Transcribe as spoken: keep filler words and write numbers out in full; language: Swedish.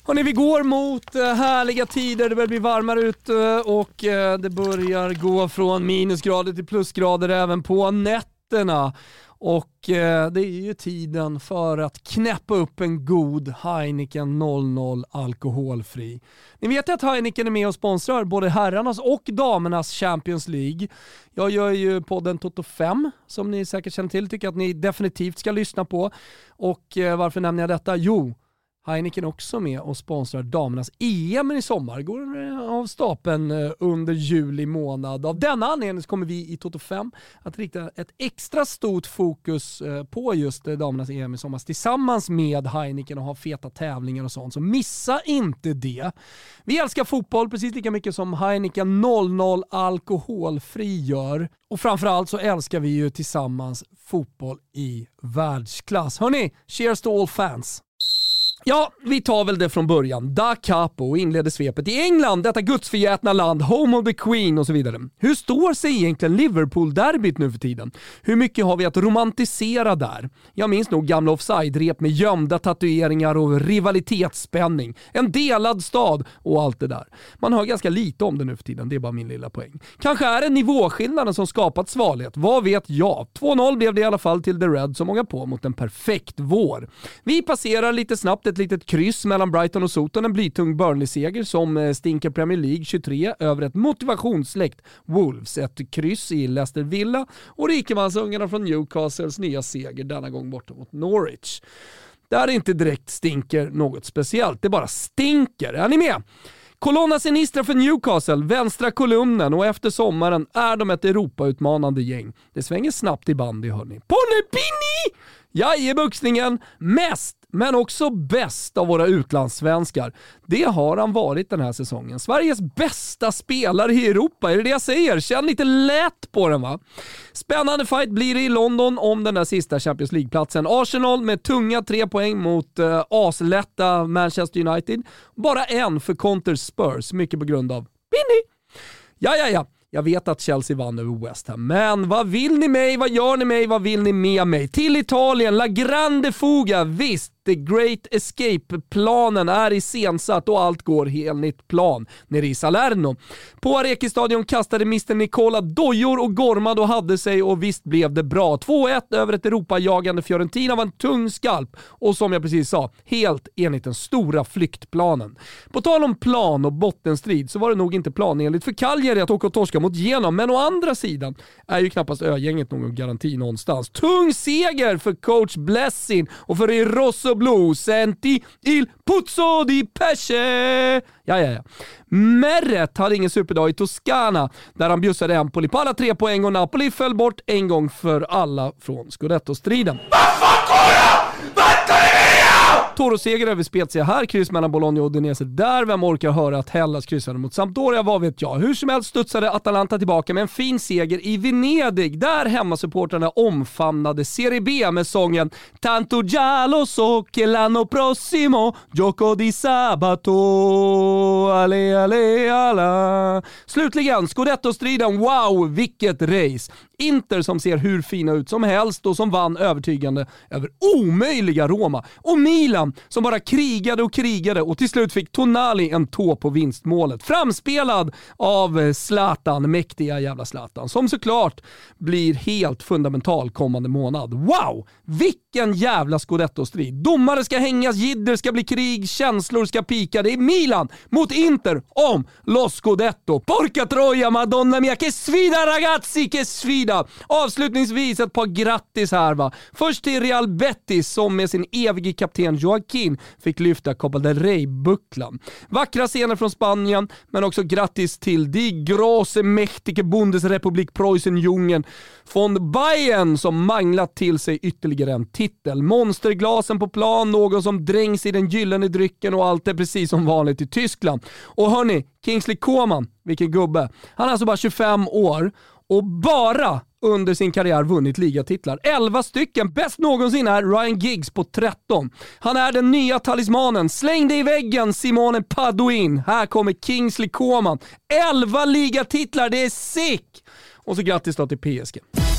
Hörrni, vi går mot härliga tider, det börjar bli varmare ute och det börjar gå från minusgrader till plusgrader även på nätterna. Och eh, det är ju tiden för att knäppa upp en god Heineken noll noll alkoholfri. Ni vet att Heineken är med och sponsrar både herrarnas och damernas Champions League. Jag gör ju podden Toto fem som ni säkert känner till, tycker att ni definitivt ska lyssna på. Och eh, varför nämner jag detta? Jo, Heineken också med och sponsrar damernas E M i sommar. Går av stapeln under juli månad. Av denna anledning så kommer vi i Toto fem att rikta ett extra stort fokus på just damernas E M i sommar tillsammans med Heineken och ha feta tävlingar och sånt. Så missa inte det. Vi älskar fotboll precis lika mycket som Heineken noll noll alkoholfri gör. Och framförallt så älskar vi ju tillsammans fotboll i världsklass. Hörrni, cheers to all fans! Ja, vi tar väl det från början. Da Capo inledde svepet i England, detta gudsförgätna land, home of the Queen och så vidare. Hur står sig egentligen Liverpool-derbyt nu för tiden? Hur mycket har vi att romantisera där? Jag minns nog gamla offside-rep med gömda tatueringar och rivalitetsspänning. En delad stad och allt det där. Man hör ganska lite om det nu för tiden, det är bara min lilla poäng. Kanske är det nivåskillnaden som skapat svalhet, vad vet jag? två noll blev det i alla fall till The Reds som många på mot en perfekt vår. Vi passerar lite snabbt ett litet kryss mellan Brighton och Soton, en blytung Burnley-seger som stinker Premier League tjugotre över ett motivationssläkt Wolves, ett kryss i Leicester Villa och rikemansungarna från Newcastles nya seger denna gång borta mot Norwich. Där inte direkt stinker något speciellt, det bara stinker. Är ni med? Colonna Sinistra för Newcastle, vänstra kolumnen, och efter sommaren är de ett Europa-utmanande gäng. Det svänger snabbt i bandy, hörni. Ponnepinni! Jag är buxningen mest, men också bäst av våra utlandssvenskar. Det har han varit den här säsongen. Sveriges bästa spelare i Europa, är det det jag säger? Känn lite lätt på den, va? Spännande fight blir det i London om den där sista Champions League-platsen. Arsenal med tunga tre poäng mot uh, aslätta Manchester United. Bara en för Conter Spurs, mycket på grund av Binny. Ja, ja, ja. Jag vet att Chelsea vann över West Ham, men vad vill ni mig? Vad gör ni mig? Vad vill ni med mig? Till Italien, La Grande Fuga, visst. The Great Escape-planen är iscensatt och allt går enligt plan nere i Salerno. På Arechi-stadion kastade mister Nicola dojor och gormad och hade sig, och visst blev det bra. två ett över ett Europa-jagande Fiorentina var en tung skalp och som jag precis sa, helt enligt den stora flyktplanen. På tal om plan och bottenstrid så var det nog inte planenligt för Cagliari att åka och torska mot Genoa, men å andra sidan är ju knappast ögänget någon garanti någonstans. Tung seger för coach Blessing och för i Rosso Blu, senti il puzzo di pesce. Ja, ja, ja. Meret hade ingen superdag i Toscana där han bjussade Empoli på alla tre poäng och Napoli föll bort en gång för alla från Scudetto-striden. Toro-seger över Spezia här, kryss mellan Bologna och Udinese där. Vem orkar höra att Hellas kryssade mot Sampdoria, vad vet jag. Hur som helst studsade Atalanta tillbaka med en fin seger i Venedig där hemmasupporterna omfamnade Serie B med sången Tanto già lo so che l'anno prossimo gioco di sabato ale ale ala. Slutligen Scudetto-striden, wow vilket race. Inter som ser hur fina ut som helst och som vann övertygande över omöjliga Roma. Och Milan som bara krigade och krigade och till slut fick Tonali en tå på vinstmålet. Framspelad av Zlatan, mäktiga jävla Zlatan, som såklart blir helt fundamental kommande månad. Wow! Vilken jävla Scudetto-strid. Domare ska hängas, jidder ska bli krig, känslor ska pika. Det är Milan mot Inter om Lo Scudetto. Porca troia, madonna mia, che sfida ragazzi, che sfida. Avslutningsvis ett par grattis här, va. Först till Real Betis som med sin evige kapten Joaquin fick lyfta Copa del Rey-bucklan. Vackra scener från Spanien, men också grattis till Die große mächtige Bundesrepublik Preussen-Jungen von Bayern som manglat till sig ytterligare en titel. Monsterglasen på plan, någon som drängs i den gyllene drycken och allt är precis som vanligt i Tyskland. Och hörni, Kingsley Coman, vilken gubbe. Han är alltså bara tjugofem år och bara under sin karriär vunnit ligatitlar. elva stycken. Bäst någonsin är Ryan Giggs på tretton. Han är den nya talismanen. Släng dig i väggen, Simone Paduin. Här kommer Kingsley Coman. elva ligatitlar, det är sick! Och så grattis då till P S G.